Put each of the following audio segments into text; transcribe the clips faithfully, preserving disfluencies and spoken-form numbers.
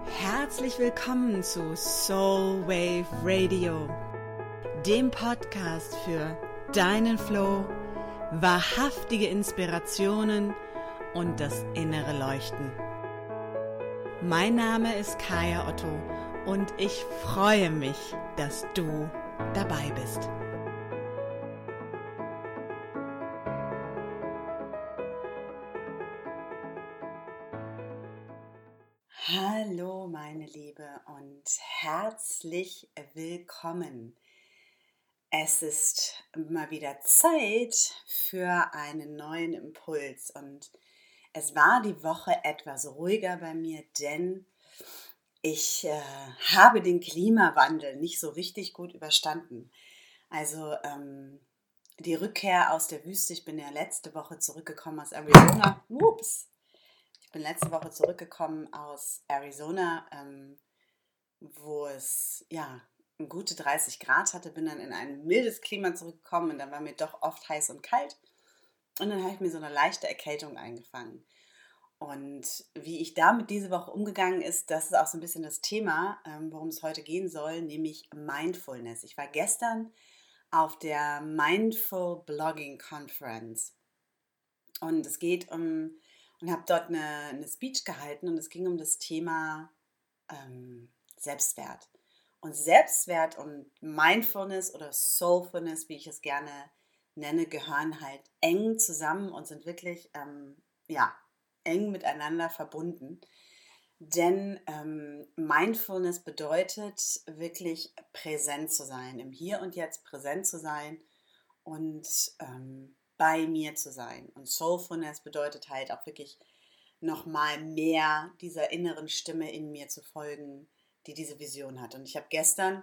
Herzlich willkommen zu Soul Wave Radio, dem Podcast für deinen Flow, wahrhaftige Inspirationen und das innere Leuchten. Mein Name ist Kaya Otto und ich freue mich, dass du dabei bist. Hallo meine Liebe und herzlich willkommen. Es ist mal wieder Zeit für einen neuen Impuls und es war die Woche etwas ruhiger bei mir, denn ich äh, habe den Klimawandel nicht so richtig gut überstanden. Also ähm, die Rückkehr aus der Wüste, ich bin ja letzte Woche zurückgekommen aus Arizona. Ups. Ich bin letzte Woche zurückgekommen aus Arizona, ähm, wo es ja gute dreißig Grad hatte, bin dann in ein mildes Klima zurückgekommen und dann war mir doch oft heiß und kalt und dann habe ich mir so eine leichte Erkältung eingefangen. Und wie ich damit diese Woche umgegangen ist, das ist auch so ein bisschen das Thema, ähm, worum es heute gehen soll, nämlich Mindfulness. Ich war gestern auf der Mindful Blogging Conference und es geht um und habe dort eine, eine Speech gehalten und es ging um das Thema ähm, Selbstwert. Und Selbstwert und Mindfulness oder Soulfulness, wie ich es gerne nenne, gehören halt eng zusammen und sind wirklich ähm, ja, eng miteinander verbunden. Denn ähm, Mindfulness bedeutet wirklich präsent zu sein, im Hier und Jetzt präsent zu sein und ähm, bei mir zu sein. Und Soulfulness bedeutet halt auch wirklich nochmal mehr dieser inneren Stimme in mir zu folgen, die diese Vision hat. Und ich habe gestern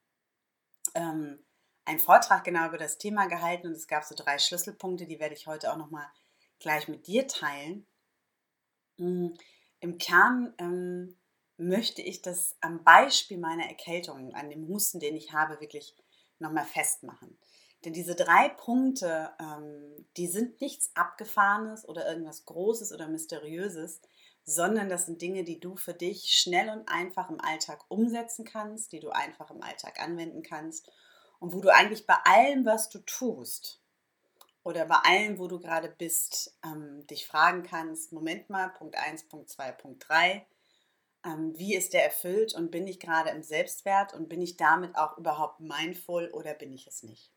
ähm, einen Vortrag genau über das Thema gehalten und es gab so drei Schlüsselpunkte, die werde ich heute auch nochmal gleich mit dir teilen. Mhm. Im Kern ähm, möchte ich das am Beispiel meiner Erkältung, an dem Husten, den ich habe, wirklich nochmal festmachen. Denn diese drei Punkte, ähm, die sind nichts Abgefahrenes oder irgendwas Großes oder Mysteriöses, sondern das sind Dinge, die du für dich schnell und einfach im Alltag umsetzen kannst, die du einfach im Alltag anwenden kannst und wo du eigentlich bei allem, was du tust oder bei allem, wo du gerade bist, ähm, dich fragen kannst, Moment mal, Punkt eins, Punkt zwei, Punkt drei, ähm, wie ist der erfüllt und bin ich gerade im Selbstwert und bin ich damit auch überhaupt mindful oder bin ich es nicht?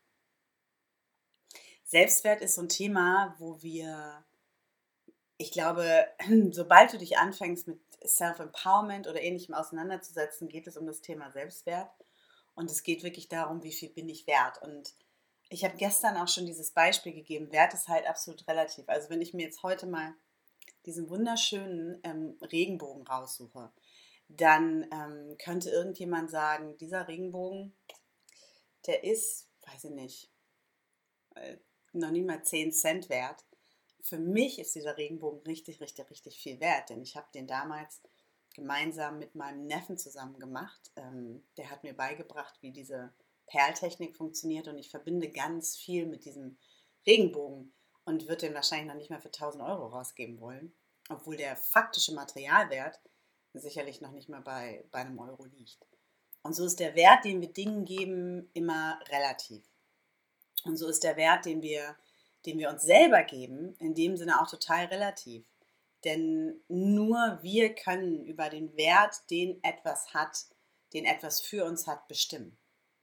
Selbstwert ist so ein Thema, wo wir, ich glaube, sobald du dich anfängst mit Self-Empowerment oder Ähnlichem auseinanderzusetzen, geht es um das Thema Selbstwert. Und es geht wirklich darum, wie viel bin ich wert. Und ich habe gestern auch schon dieses Beispiel gegeben, Wert ist halt absolut relativ. Also wenn ich mir jetzt heute mal diesen wunderschönen ähm, Regenbogen raussuche, dann ähm, könnte irgendjemand sagen, dieser Regenbogen, der ist, weiß ich nicht, äh, noch nicht mal zehn Cent wert. Für mich ist dieser Regenbogen richtig, richtig, richtig viel wert, denn ich habe den damals gemeinsam mit meinem Neffen zusammen gemacht. Ähm, der hat mir beigebracht, wie diese Perltechnik funktioniert und ich verbinde ganz viel mit diesem Regenbogen und würde den wahrscheinlich noch nicht mal für tausend Euro rausgeben wollen, obwohl der faktische Materialwert sicherlich noch nicht mal bei, bei einem Euro liegt. Und so ist der Wert, den wir Dingen geben, immer relativ. Und so ist der Wert, den wir, den wir uns selber geben, in dem Sinne auch total relativ. Denn nur wir können über den Wert, den etwas hat, den etwas für uns hat, bestimmen.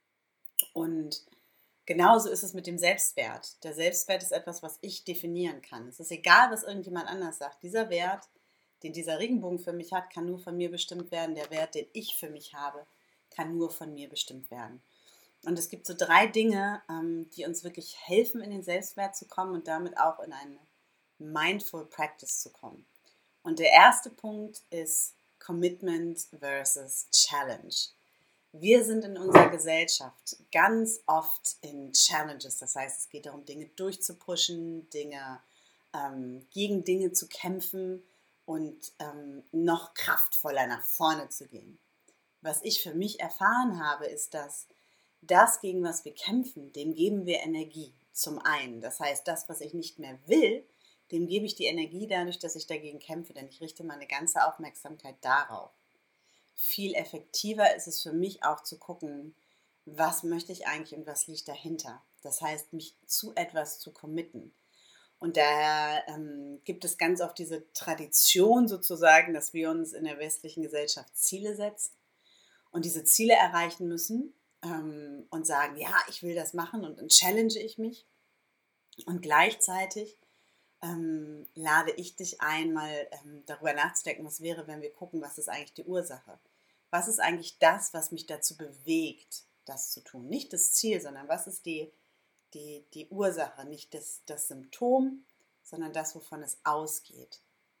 Und genauso ist es mit dem Selbstwert. Der Selbstwert ist etwas, was ich definieren kann. Es ist egal, was irgendjemand anders sagt. Dieser Wert, den dieser Regenbogen für mich hat, kann nur von mir bestimmt werden. Der Wert, den ich für mich habe, kann nur von mir bestimmt werden. Und es gibt so drei Dinge, ähm, die uns wirklich helfen, in den Selbstwert zu kommen und damit auch in eine Mindful Practice zu kommen. Und der erste Punkt ist Commitment versus Challenge. Wir sind in unserer Gesellschaft ganz oft in Challenges. Das heißt, es geht darum, Dinge durchzupushen, Dinge ähm, gegen Dinge zu kämpfen und ähm, noch kraftvoller nach vorne zu gehen. Was ich für mich erfahren habe, ist, dass das, gegen was wir kämpfen, dem geben wir Energie. Zum einen. Das heißt, das, was ich nicht mehr will, dem gebe ich die Energie dadurch, dass ich dagegen kämpfe, denn ich richte meine ganze Aufmerksamkeit darauf. viel effektiver ist es für mich auch zu gucken, was möchte ich eigentlich und was liegt dahinter. Das heißt, mich zu etwas zu committen. Und daher ähm, gibt es ganz oft diese Tradition sozusagen, dass wir uns in der westlichen Gesellschaft Ziele setzen und diese Ziele erreichen müssen ähm, und sagen, ja, ich will das machen und dann challenge ich mich. Und gleichzeitig ähm, lade ich dich ein, mal ähm, darüber nachzudenken, was wäre, wenn wir gucken, was ist eigentlich die Ursache? Was ist eigentlich das, was mich dazu bewegt, das zu tun? Nicht das Ziel, sondern was ist die, die, die Ursache? Nicht das, das Symptom, sondern das, wovon es ausgeht.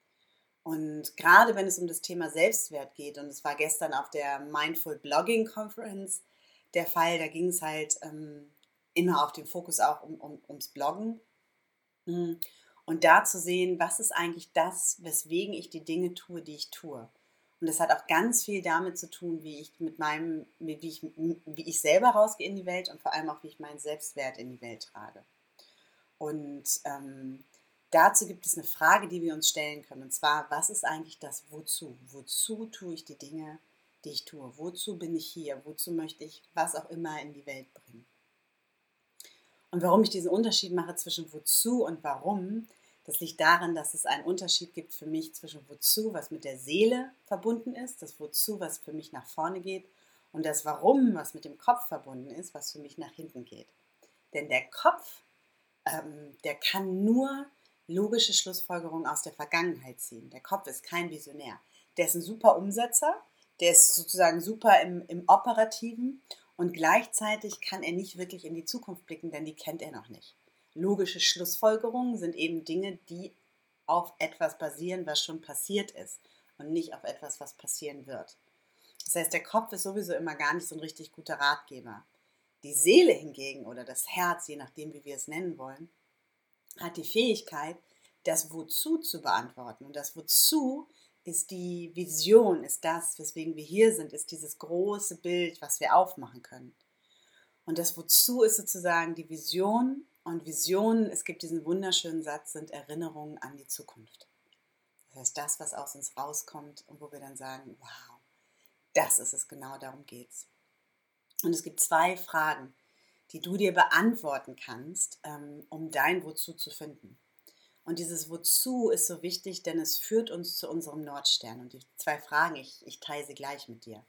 Und gerade wenn es um das Thema Selbstwert geht, und es war gestern auf der Mindful Blogging Conference der Fall, da ging es halt ähm, immer auf den Fokus auch um, um, ums Bloggen. Und da zu sehen, was ist eigentlich das, weswegen ich die Dinge tue, die ich tue. Und das hat auch ganz viel damit zu tun, wie ich mit meinem, wie ich, wie ich selber rausgehe in die Welt und vor allem auch, wie ich meinen Selbstwert in die Welt trage. Und ähm, dazu gibt es eine Frage, die wir uns stellen können. Und zwar, was ist eigentlich das Wozu? Wozu tue ich die Dinge, die ich tue? Wozu bin ich hier? Wozu möchte ich was auch immer in die Welt bringen? Und warum ich diesen Unterschied mache zwischen Wozu und Warum, das liegt darin, dass es einen Unterschied gibt für mich zwischen Wozu, was mit der Seele verbunden ist, das Wozu, was für mich nach vorne geht, und das Warum, was mit dem Kopf verbunden ist, was für mich nach hinten geht. Denn der Kopf, ähm, der kann nur logische Schlussfolgerungen aus der Vergangenheit ziehen. Der Kopf ist kein Visionär. Der ist ein super Umsetzer, der ist sozusagen super im, im Operativen und gleichzeitig kann er nicht wirklich in die Zukunft blicken, denn die kennt er noch nicht. Logische Schlussfolgerungen sind eben Dinge, die auf etwas basieren, was schon passiert ist und nicht auf etwas, was passieren wird. Das heißt, der Kopf ist sowieso immer gar nicht so ein richtig guter Ratgeber. Die Seele hingegen oder das Herz, je nachdem, wie wir es nennen wollen, hat die Fähigkeit, das Wozu zu beantworten. Und das Wozu ist die Vision, ist das, weswegen wir hier sind, ist dieses große Bild, was wir aufmachen können. Und das Wozu ist sozusagen die Vision. Und Visionen, es gibt diesen wunderschönen Satz, sind Erinnerungen an die Zukunft. Das heißt, das, was aus uns rauskommt und wo wir dann sagen, wow, das ist es, genau darum geht's. Und es gibt zwei Fragen, die du dir beantworten kannst, um dein Wozu zu finden. Und dieses Wozu ist so wichtig, denn es führt uns zu unserem Nordstern. Und die zwei Fragen, ich, ich teile sie gleich mit dir.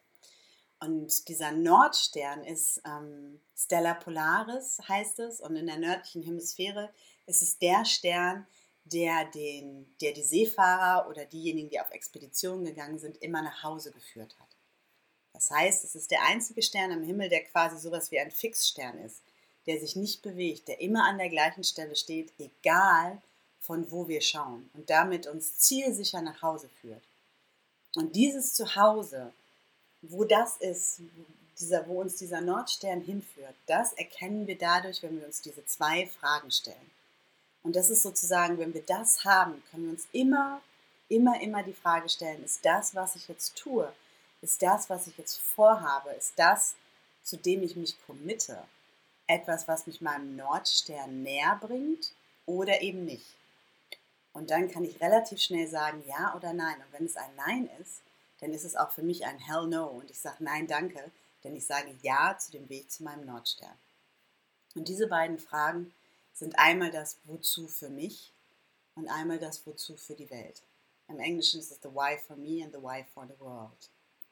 Und dieser Nordstern ist ähm, Stella Polaris, heißt es. Und in der nördlichen Hemisphäre ist es der Stern, der, den, der die Seefahrer oder diejenigen, die auf Expeditionen gegangen sind, immer nach Hause geführt hat. Das heißt, es ist der einzige Stern am Himmel, der quasi sowas wie ein Fixstern ist, der sich nicht bewegt, der immer an der gleichen Stelle steht, egal von wo wir schauen und damit uns zielsicher nach Hause führt. Und dieses Zuhause, wo das ist, dieser, wo uns dieser Nordstern hinführt, das erkennen wir dadurch, wenn wir uns diese zwei Fragen stellen. Und das ist sozusagen, wenn wir das haben, können wir uns immer, immer, immer die Frage stellen, ist das, was ich jetzt tue, ist das, was ich jetzt vorhabe, ist das, zu dem ich mich committe, etwas, was mich meinem Nordstern näher bringt oder eben nicht? Und dann kann ich relativ schnell sagen, ja oder nein. Und wenn es ein Nein ist, dann ist es auch für mich ein Hell no. Und ich sage nein, danke, denn ich sage ja zu dem Weg zu meinem Nordstern. Und diese beiden Fragen sind einmal das Wozu für mich und einmal das Wozu für die Welt. Im Englischen ist es the why for me and the why for the world.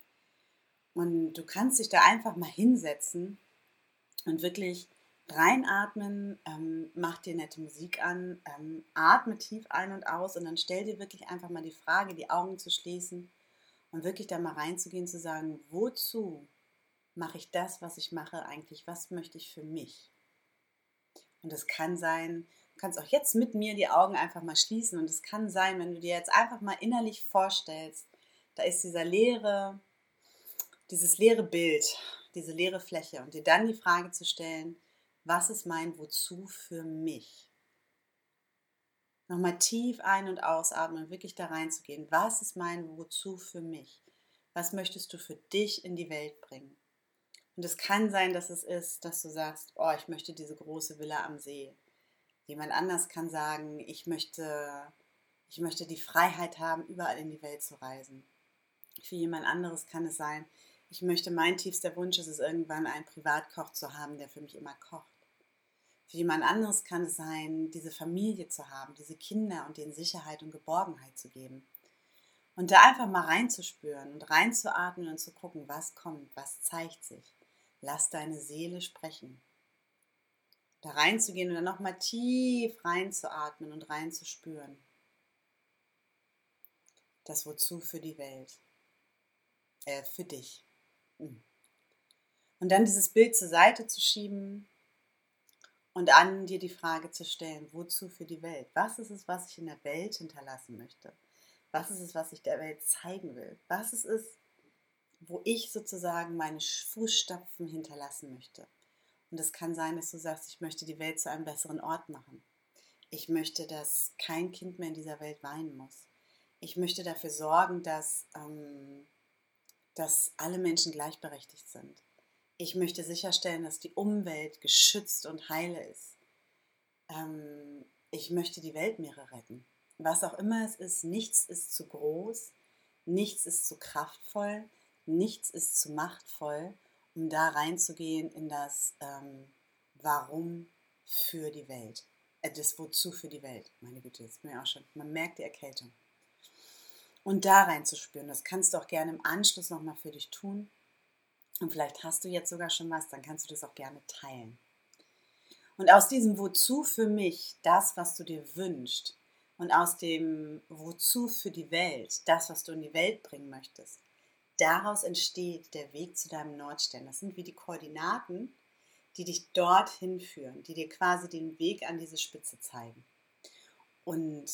Und du kannst dich da einfach mal hinsetzen und wirklich reinatmen, ähm, mach dir nette Musik an, ähm, atme tief ein und aus und dann stell dir wirklich einfach mal die Frage, die Augen zu schließen und wirklich da mal reinzugehen, zu sagen, wozu mache ich das, was ich mache eigentlich, was möchte ich für mich? Und es kann sein, du kannst auch jetzt mit mir die Augen einfach mal schließen und es kann sein, wenn du dir jetzt einfach mal innerlich vorstellst, da ist dieser leere, dieses leere Bild, diese leere Fläche und dir dann die Frage zu stellen, was ist mein Wozu für mich? Nochmal tief ein- und ausatmen, wirklich da reinzugehen. Was ist mein Wozu für mich? Was möchtest du für dich in die Welt bringen? Und es kann sein, dass es ist, dass du sagst, oh, ich möchte diese große Villa am See. Jemand anders kann sagen, ich möchte, ich möchte die Freiheit haben, überall in die Welt zu reisen. Für jemand anderes kann es sein, ich möchte, mein tiefster Wunsch ist es, irgendwann einen Privatkoch zu haben, der für mich immer kocht. Für jemand anderes kann es sein, diese Familie zu haben, diese Kinder und denen Sicherheit und Geborgenheit zu geben. Und da einfach mal reinzuspüren und reinzuatmen und zu gucken, was kommt, was zeigt sich. Lass deine Seele sprechen. Da reinzugehen und dann nochmal tief reinzuatmen und reinzuspüren. Das Wozu für die Welt. Äh, für dich. Und dann dieses Bild zur Seite zu schieben und an dir die Frage zu stellen, wozu für die Welt? Was ist es, was ich in der Welt hinterlassen möchte? Was ist es, was ich der Welt zeigen will? Was ist es, wo ich sozusagen meine Fußstapfen hinterlassen möchte? Und es kann sein, dass du sagst, ich möchte die Welt zu einem besseren Ort machen. Ich möchte, dass kein Kind mehr in dieser Welt weinen muss. Ich möchte dafür sorgen, dass, ähm, dass alle Menschen gleichberechtigt sind. Ich möchte sicherstellen, dass die Umwelt geschützt und heile ist. Ähm, ich möchte die Weltmeere retten. Was auch immer es ist, nichts ist zu groß, nichts ist zu kraftvoll, nichts ist zu machtvoll, um da reinzugehen in das ähm, Warum für die Welt. Äh, das Wozu für die Welt. Meine Güte, jetzt bin ich auch schon. Man merkt die Erkältung. Und da reinzuspüren, das kannst du auch gerne im Anschluss nochmal für dich tun. Und vielleicht hast du jetzt sogar schon was, dann kannst du das auch gerne teilen. Und aus diesem Wozu für mich, das, was du dir wünschst, und aus dem Wozu für die Welt, das, was du in die Welt bringen möchtest, daraus entsteht der Weg zu deinem Nordstern. Das sind wie die Koordinaten, die dich dorthin führen, die dir quasi den Weg an diese Spitze zeigen. Und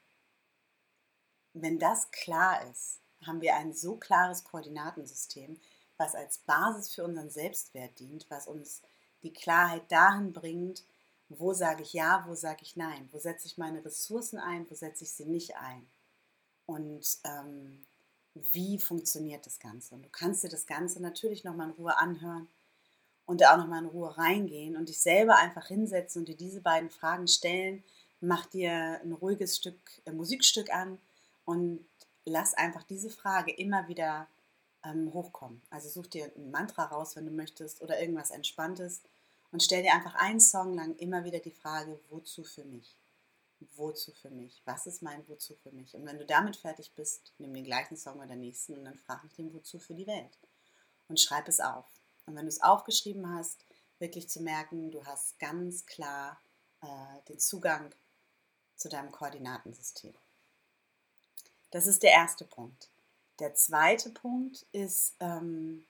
wenn das klar ist, haben wir ein so klares Koordinatensystem, was als Basis für unseren Selbstwert dient, was uns die Klarheit dahin bringt, wo sage ich ja, wo sage ich nein, wo setze ich meine Ressourcen ein, wo setze ich sie nicht ein und ähm, wie funktioniert das Ganze. Und du kannst dir das Ganze natürlich nochmal in Ruhe anhören und da auch nochmal in Ruhe reingehen und dich selber einfach hinsetzen und dir diese beiden Fragen stellen. Mach dir ein ruhiges Stück äh, Musikstück an und lass einfach diese Frage immer wieder ähm, hochkommen. Also such dir ein Mantra raus, wenn du möchtest, oder irgendwas Entspanntes und stell dir einfach einen Song lang immer wieder die Frage, wozu für mich? Wozu für mich? Was ist mein Wozu für mich? Und wenn du damit fertig bist, nimm den gleichen Song oder den nächsten und dann frag nach dem Wozu für die Welt. Und schreib es auf. Und wenn du es aufgeschrieben hast, wirklich zu merken, du hast ganz klar äh, den Zugang zu deinem Koordinatensystem. Das ist der erste Punkt. Der zweite Punkt ist, ähm,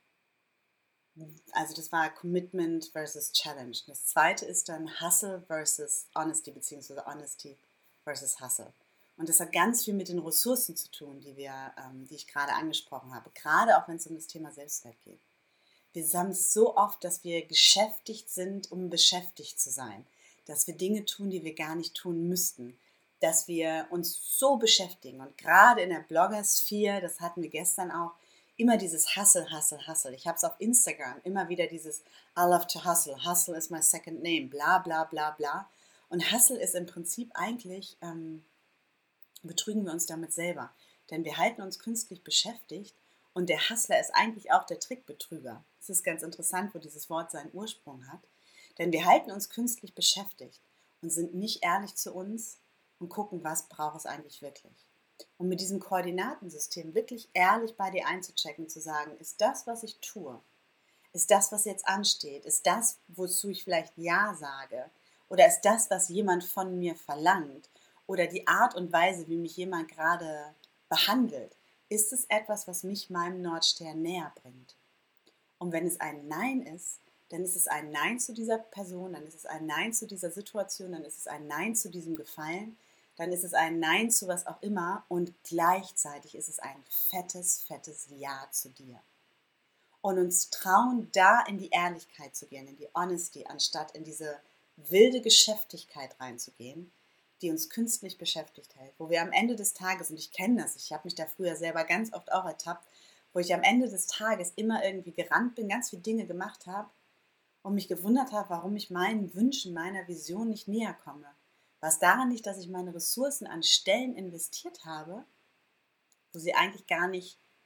also das war Commitment versus Challenge. Das zweite ist dann Hustle versus Honesty, beziehungsweise Honesty versus Hustle. Und das hat ganz viel mit den Ressourcen zu tun, die, wir, ähm, die ich gerade angesprochen habe, gerade auch wenn es um das Thema Selbstwert geht. Wir haben es so oft, dass wir beschäftigt sind, um beschäftigt zu sein. Dass wir Dinge tun, die wir gar nicht tun müssten. Dass wir uns so beschäftigen. Und gerade in der Bloggersphäre, das hatten wir gestern auch, immer dieses Hustle, Hustle, Hustle. Ich habe es auf Instagram immer wieder dieses I love to hustle. Hustle is my second name. Bla, bla, bla, bla. Und Hustle ist im Prinzip eigentlich, ähm, betrügen wir uns damit selber. Denn wir halten uns künstlich beschäftigt. Und der Hustler ist eigentlich auch der Trickbetrüger. Es ist ganz interessant, wo dieses Wort seinen Ursprung hat. Denn wir halten uns künstlich beschäftigt und sind nicht ehrlich zu uns und gucken, was braucht es eigentlich wirklich. Und mit diesem Koordinatensystem wirklich ehrlich bei dir einzuchecken, zu sagen, ist das, was ich tue, ist das, was jetzt ansteht, ist das, wozu ich vielleicht Ja sage, oder ist das, was jemand von mir verlangt, oder die Art und Weise, wie mich jemand gerade behandelt, ist es etwas, was mich meinem Nordstern näher bringt? Und wenn es ein Nein ist, dann ist es ein Nein zu dieser Person, dann ist es ein Nein zu dieser Situation, dann ist es ein Nein zu diesem Gefallen, dann ist es ein Nein zu was auch immer und gleichzeitig ist es ein fettes, fettes Ja zu dir. Und uns trauen, da in die Ehrlichkeit zu gehen, in die Honesty, anstatt in diese wilde Geschäftigkeit reinzugehen, die uns künstlich beschäftigt hält, wo wir am Ende des Tages, und ich kenne das, ich habe mich da früher selber ganz oft auch ertappt, wo ich am Ende des Tages immer irgendwie gerannt bin, ganz viele Dinge gemacht habe und mich gewundert habe, warum ich meinen Wünschen, meiner Vision nicht näher komme. Was daran liegt, dass ich meine Ressourcen an Stellen investiert habe, wo sie eigentlich gar nicht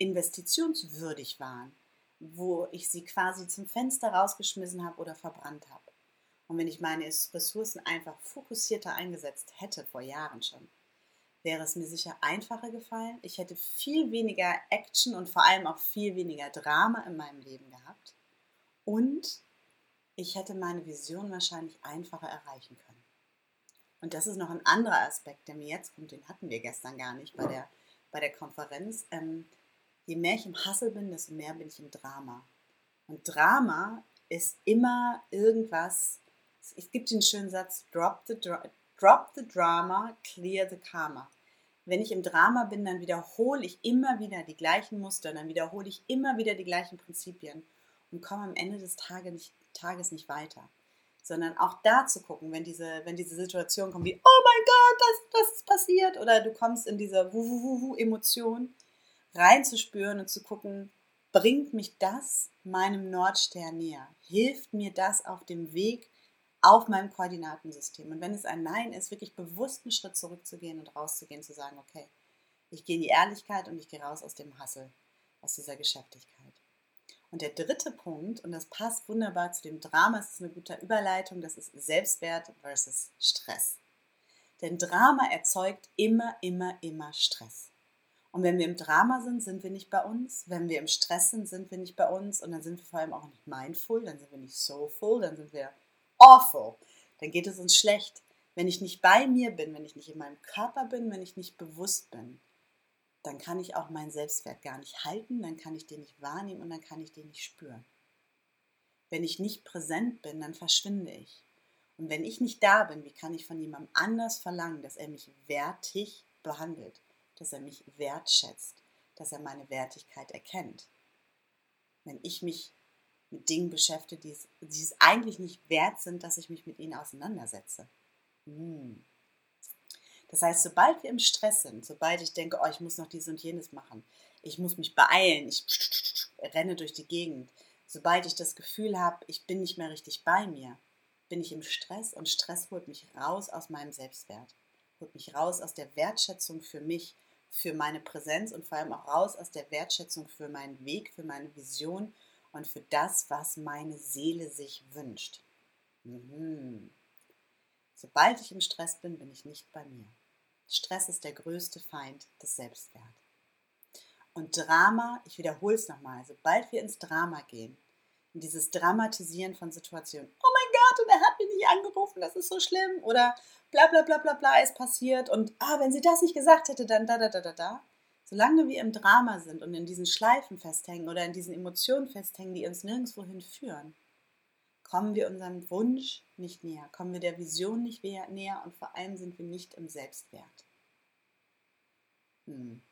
investitionswürdig waren, wo ich sie quasi zum Fenster rausgeschmissen habe oder verbrannt habe. Und wenn ich meine Ressourcen einfach fokussierter eingesetzt hätte, vor Jahren schon, wäre es mir sicher einfacher gefallen. Ich hätte viel weniger Action und vor allem auch viel weniger Drama in meinem Leben gehabt. Und ich hätte meine Vision wahrscheinlich einfacher erreichen können. Und das ist noch ein anderer Aspekt, der mir jetzt kommt, den hatten wir gestern gar nicht bei der, bei der Konferenz. Ähm, je mehr ich im Hustle bin, desto mehr bin ich im Drama. Und Drama ist immer irgendwas, es gibt den schönen Satz, drop the, drop the drama, clear the karma. Wenn ich im Drama bin, dann wiederhole ich immer wieder die gleichen Muster, dann wiederhole ich immer wieder die gleichen Prinzipien und komme am Ende des Tages nicht, Tages nicht weiter. Sondern auch da zu gucken, wenn diese, wenn diese Situation kommt wie, oh mein Gott, das, das ist passiert, oder du kommst in diese Wuhu-Emotion, reinzuspüren und zu gucken, bringt mich das meinem Nordstern näher? Hilft mir das auf dem Weg auf meinem Koordinatensystem? Und wenn es ein Nein ist, wirklich bewusst einen Schritt zurückzugehen und rauszugehen, zu sagen, okay, ich gehe in die Ehrlichkeit und ich gehe raus aus dem Hustle, aus dieser Geschäftigkeit. Und der dritte Punkt, und das passt wunderbar zu dem Drama, das ist eine gute Überleitung, das ist Selbstwert versus Stress. Denn Drama erzeugt immer, immer, immer Stress. Und wenn wir im Drama sind, sind wir nicht bei uns. Wenn wir im Stress sind, sind wir nicht bei uns. Und dann sind wir vor allem auch nicht mindful, dann sind wir nicht soulful, dann sind wir awful. Dann geht es uns schlecht. Wenn ich nicht bei mir bin, wenn ich nicht in meinem Körper bin, wenn ich nicht bewusst bin, dann kann ich auch meinen Selbstwert gar nicht halten, dann kann ich den nicht wahrnehmen und dann kann ich den nicht spüren. Wenn ich nicht präsent bin, dann verschwinde ich. Und wenn ich nicht da bin, wie kann ich von jemandem anders verlangen, dass er mich wertig behandelt, dass er mich wertschätzt, dass er meine Wertigkeit erkennt? Wenn ich mich mit Dingen beschäftige, die es, die es eigentlich nicht wert sind, dass ich mich mit ihnen auseinandersetze. Hm. Das heißt, sobald wir im Stress sind, sobald ich denke, oh, ich muss noch dies und jenes machen, ich muss mich beeilen, ich renne durch die Gegend, sobald ich das Gefühl habe, ich bin nicht mehr richtig bei mir, bin ich im Stress und Stress holt mich raus aus meinem Selbstwert, holt mich raus aus der Wertschätzung für mich, für meine Präsenz und vor allem auch raus aus der Wertschätzung für meinen Weg, für meine Vision und für das, was meine Seele sich wünscht. Mhm. Sobald ich im Stress bin, bin ich nicht bei mir. Stress ist der größte Feind des Selbstwerts. Und Drama, ich wiederhole es nochmal, sobald wir ins Drama gehen, in dieses Dramatisieren von Situationen, oh mein Gott, und er hat mich nicht angerufen, das ist so schlimm, oder bla bla bla bla bla ist passiert und ah, wenn sie das nicht gesagt hätte, dann da da da da da. Solange wir im Drama sind und in diesen Schleifen festhängen oder in diesen Emotionen festhängen, die uns nirgendwohin führen, kommen wir unserem Wunsch nicht näher, kommen wir der Vision nicht näher und vor allem sind wir nicht im Selbstwert. Mhm.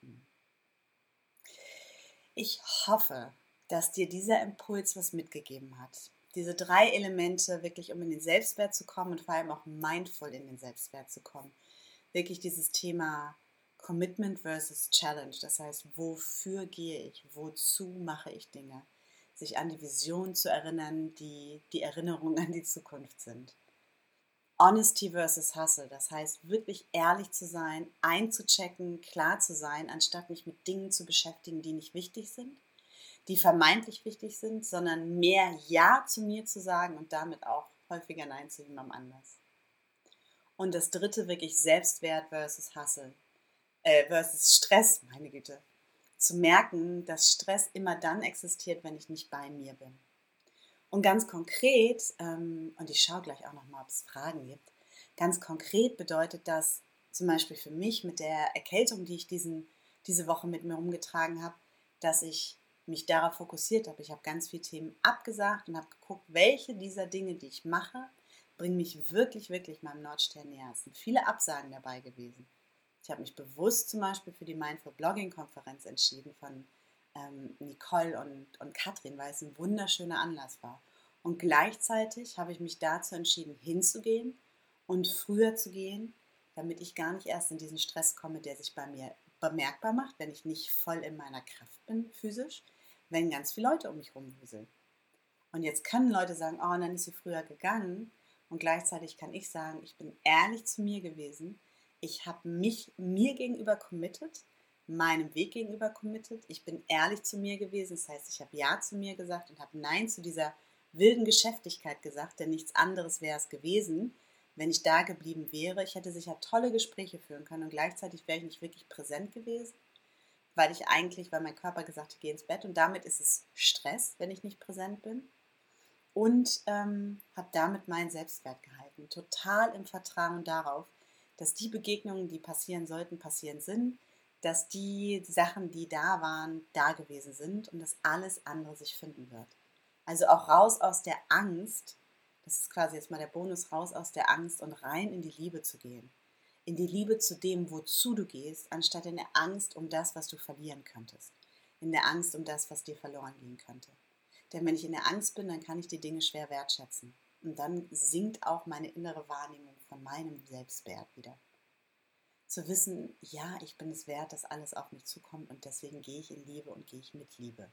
Ich hoffe, dass dir dieser Impuls was mitgegeben hat. Diese drei Elemente, wirklich um in den Selbstwert zu kommen und vor allem auch mindful in den Selbstwert zu kommen. Wirklich dieses Thema Commitment versus Challenge. Das heißt, wofür gehe ich? Wozu mache ich Dinge? Sich an die Vision zu erinnern, die die Erinnerung an die Zukunft sind. Honesty versus Hustle, das heißt wirklich ehrlich zu sein, einzuchecken, klar zu sein, anstatt mich mit Dingen zu beschäftigen, die nicht wichtig sind, die vermeintlich wichtig sind, sondern mehr Ja zu mir zu sagen und damit auch häufiger Nein zu jemandem anders. Und das dritte wirklich Selbstwert versus Hustle, äh, versus Stress, meine Güte. Zu merken, dass Stress immer dann existiert, wenn ich nicht bei mir bin. Und ganz konkret, ähm, und ich schaue gleich auch nochmal, ob es Fragen gibt, ganz konkret bedeutet das zum Beispiel für mich mit der Erkältung, die ich diesen, diese Woche mit mir rumgetragen habe, dass ich mich darauf fokussiert habe. Ich habe ganz viele Themen abgesagt und habe geguckt, welche dieser Dinge, die ich mache, bringen mich wirklich, wirklich meinem Nordstern näher. Es sind viele Absagen dabei gewesen. Ich habe mich bewusst zum Beispiel für die Mindful Blogging Konferenz entschieden von ähm, Nicole und, und Katrin, weil es ein wunderschöner Anlass war. Und gleichzeitig habe ich mich dazu entschieden, hinzugehen und früher zu gehen, damit ich gar nicht erst in diesen Stress komme, der sich bei mir bemerkbar macht, wenn ich nicht voll in meiner Kraft bin, physisch, wenn ganz viele Leute um mich rumwuseln. Und jetzt können Leute sagen, oh, dann ist sie früher gegangen. Und gleichzeitig kann ich sagen, ich bin ehrlich zu mir gewesen. Ich habe mich mir gegenüber committed, meinem Weg gegenüber committed. Ich bin ehrlich zu mir gewesen. Das heißt, ich habe Ja zu mir gesagt und habe Nein zu dieser wilden Geschäftigkeit gesagt, denn nichts anderes wäre es gewesen, wenn ich da geblieben wäre. Ich hätte sicher tolle Gespräche führen können und gleichzeitig wäre ich nicht wirklich präsent gewesen, weil ich eigentlich, weil mein Körper gesagt hat, geh ins Bett und damit ist es Stress, wenn ich nicht präsent bin. Und ähm, habe damit meinen Selbstwert gehalten. Total im Vertrauen darauf, dass die Begegnungen, die passieren sollten, passieren sind, dass die Sachen, die da waren, da gewesen sind und dass alles andere sich finden wird. Also auch raus aus der Angst, das ist quasi jetzt mal der Bonus, raus aus der Angst und rein in die Liebe zu gehen. In die Liebe zu dem, wozu du gehst, anstatt in der Angst um das, was du verlieren könntest. In der Angst um das, was dir verloren gehen könnte. Denn wenn ich in der Angst bin, dann kann ich die Dinge schwer wertschätzen. Und dann sinkt auch meine innere Wahrnehmung von meinem Selbstwert wieder. Zu wissen, ja, ich bin es wert, dass alles auf mich zukommt und deswegen gehe ich in Liebe und gehe ich mit Liebe.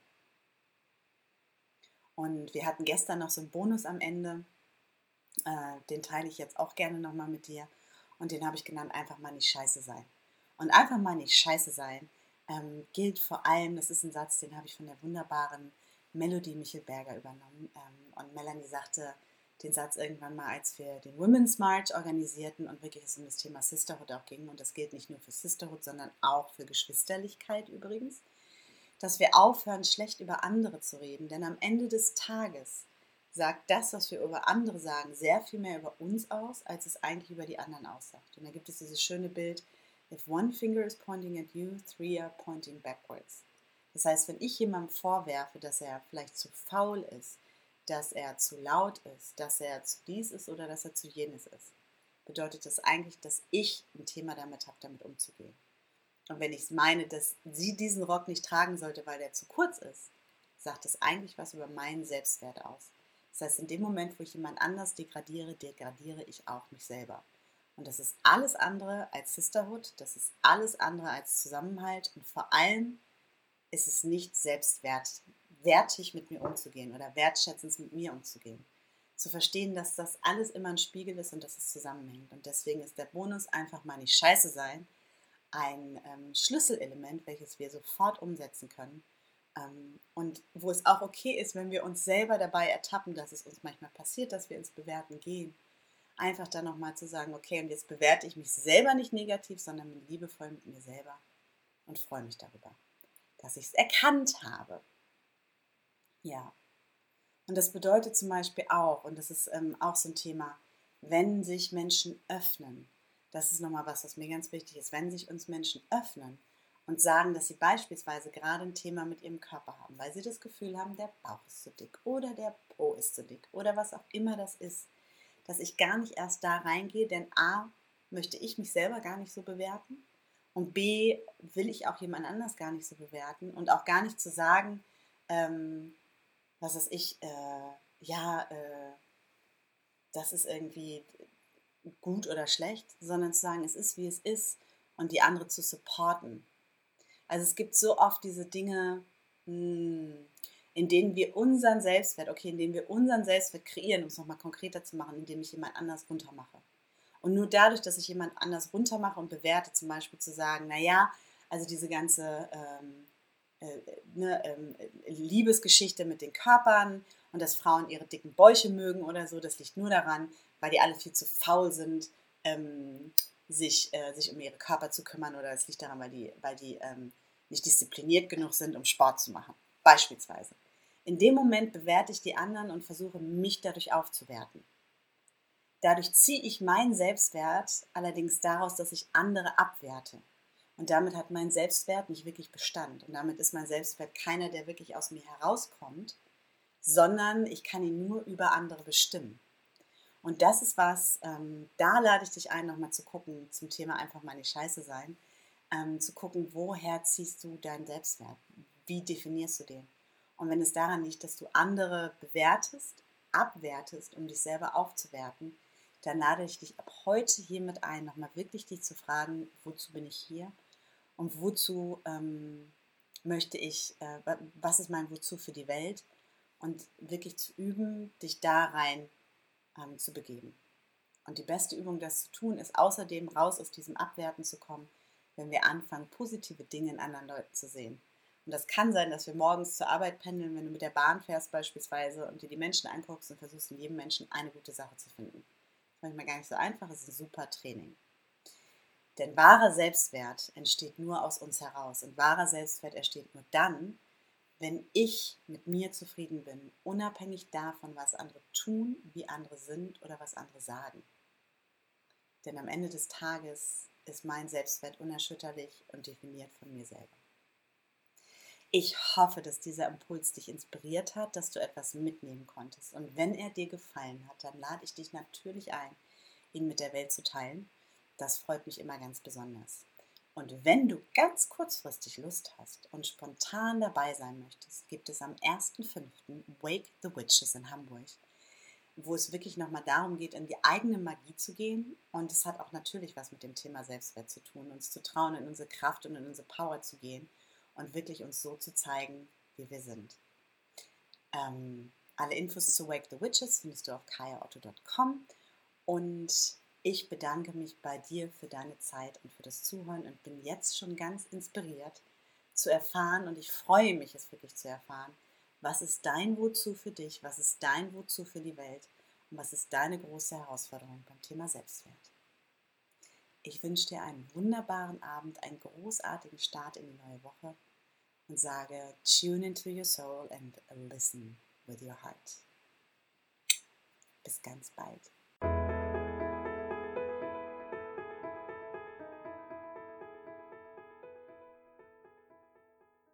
Und wir hatten gestern noch so einen Bonus am Ende, äh, den teile ich jetzt auch gerne nochmal mit dir. Und den habe ich genannt, einfach mal nicht scheiße sein. Und einfach mal nicht scheiße sein ähm, gilt vor allem, das ist ein Satz, den habe ich von der wunderbaren Melody Michelberger übernommen. Ähm, und Melanie sagte den Satz irgendwann mal, als wir den Women's March organisierten und wirklich es um das Thema Sisterhood auch ging. Und das gilt nicht nur für Sisterhood, sondern auch für Geschwisterlichkeit übrigens. Dass wir aufhören, schlecht über andere zu reden. Denn am Ende des Tages sagt das, was wir über andere sagen, sehr viel mehr über uns aus, als es eigentlich über die anderen aussagt. Und da gibt es dieses schöne Bild, if one finger is pointing at you, three are pointing backwards. Das heißt, wenn ich jemandem vorwerfe, dass er vielleicht zu faul ist, dass er zu laut ist, dass er zu dies ist oder dass er zu jenes ist, bedeutet das eigentlich, dass ich ein Thema damit habe, damit umzugehen. Und wenn ich meine, dass sie diesen Rock nicht tragen sollte, weil der zu kurz ist, sagt das eigentlich was über meinen Selbstwert aus. Das heißt, in dem Moment, wo ich jemand anders degradiere, degradiere ich auch mich selber. Und das ist alles andere als Sisterhood, das ist alles andere als Zusammenhalt und vor allem ist es nicht selbstwertig mit mir umzugehen oder wertschätzend mit mir umzugehen. Zu verstehen, dass das alles immer ein Spiegel ist und dass es zusammenhängt. Und deswegen ist der Bonus einfach mal nicht scheiße sein ein ähm, Schlüsselelement, welches wir sofort umsetzen können. Ähm, und wo es auch okay ist, wenn wir uns selber dabei ertappen, dass es uns manchmal passiert, dass wir ins Bewerten gehen. Einfach dann nochmal zu sagen, okay, und jetzt bewerte ich mich selber nicht negativ, sondern bin liebevoll mit mir selber und freue mich darüber, dass ich es erkannt habe. Ja. Und das bedeutet zum Beispiel auch, und das ist ähm, auch so ein Thema, wenn sich Menschen öffnen, das ist nochmal was, was mir ganz wichtig ist, wenn sich uns Menschen öffnen und sagen, dass sie beispielsweise gerade ein Thema mit ihrem Körper haben, weil sie das Gefühl haben, der Bauch ist zu dick oder der Po ist zu dick oder was auch immer das ist, dass ich gar nicht erst da reingehe, denn A, möchte ich mich selber gar nicht so bewerten und B, will ich auch jemand anders gar nicht so bewerten und auch gar nicht zu sagen, ähm, was weiß ich, äh, ja, äh, das ist irgendwie gut oder schlecht, sondern zu sagen, es ist, wie es ist und die andere zu supporten. Also es gibt so oft diese Dinge, in denen wir unseren Selbstwert, okay, in denen wir unseren Selbstwert kreieren, um es nochmal konkreter zu machen, indem ich jemand anders runtermache. Und nur dadurch, dass ich jemand anders runtermache und bewerte, zum Beispiel zu sagen, naja, also diese ganze ähm, äh, ne, ähm, Liebesgeschichte mit den Körpern und dass Frauen ihre dicken Bäuche mögen oder so, das liegt nur daran, weil die alle viel zu faul sind, ähm, sich, äh, sich um ihre Körper zu kümmern oder es liegt daran, weil die, weil die ähm, nicht diszipliniert genug sind, um Sport zu machen, beispielsweise. In dem Moment bewerte ich die anderen und versuche, mich dadurch aufzuwerten. Dadurch ziehe ich meinen Selbstwert allerdings daraus, dass ich andere abwerte. Und damit hat mein Selbstwert nicht wirklich Bestand. Und damit ist mein Selbstwert keiner, der wirklich aus mir herauskommt, sondern ich kann ihn nur über andere bestimmen. Und das ist was, ähm, da lade ich dich ein, nochmal zu gucken, zum Thema einfach mal nicht scheiße sein, ähm, zu gucken, woher ziehst du deinen Selbstwert? Wie definierst du den? Und wenn es daran liegt, dass du andere bewertest, abwertest, um dich selber aufzuwerten, dann lade ich dich ab heute hiermit ein, nochmal wirklich dich zu fragen, wozu bin ich hier und wozu ähm, möchte ich, äh, was ist mein Wozu für die Welt und wirklich zu üben, dich da rein ähm, zu begeben. Und die beste Übung, das zu tun, ist außerdem raus aus diesem Abwerten zu kommen, wenn wir anfangen, positive Dinge in anderen Leuten zu sehen. Und das kann sein, dass wir morgens zur Arbeit pendeln, wenn du mit der Bahn fährst beispielsweise und dir die Menschen anguckst und versuchst, in jedem Menschen eine gute Sache zu finden. Das ist manchmal gar nicht so einfach, es ist ein super Training. Denn wahrer Selbstwert entsteht nur aus uns heraus. Und wahrer Selbstwert entsteht nur dann, wenn ich mit mir zufrieden bin, unabhängig davon, was andere tun, wie andere sind oder was andere sagen. Denn am Ende des Tages ist mein Selbstwert unerschütterlich und definiert von mir selber. Ich hoffe, dass dieser Impuls dich inspiriert hat, dass du etwas mitnehmen konntest. Und wenn er dir gefallen hat, dann lade ich dich natürlich ein, ihn mit der Welt zu teilen. Das freut mich immer ganz besonders. Und wenn du ganz kurzfristig Lust hast und spontan dabei sein möchtest, gibt es am ersten fünften Wake the Witches in Hamburg, wo es wirklich nochmal darum geht, in die eigene Magie zu gehen. Und es hat auch natürlich was mit dem Thema Selbstwert zu tun, uns zu trauen, in unsere Kraft und in unsere Power zu gehen und wirklich uns so zu zeigen, wie wir sind. Ähm, alle Infos zu Wake the Witches findest du auf kaya otto punkt com und ich bedanke mich bei dir für deine Zeit und für das Zuhören und bin jetzt schon ganz inspiriert zu erfahren und ich freue mich, es wirklich zu erfahren, was ist dein Wozu für dich, was ist dein Wozu für die Welt und was ist deine große Herausforderung beim Thema Selbstwert. Ich wünsche dir einen wunderbaren Abend, einen großartigen Start in die neue Woche und sage, tune into your soul and listen with your heart. Bis ganz bald.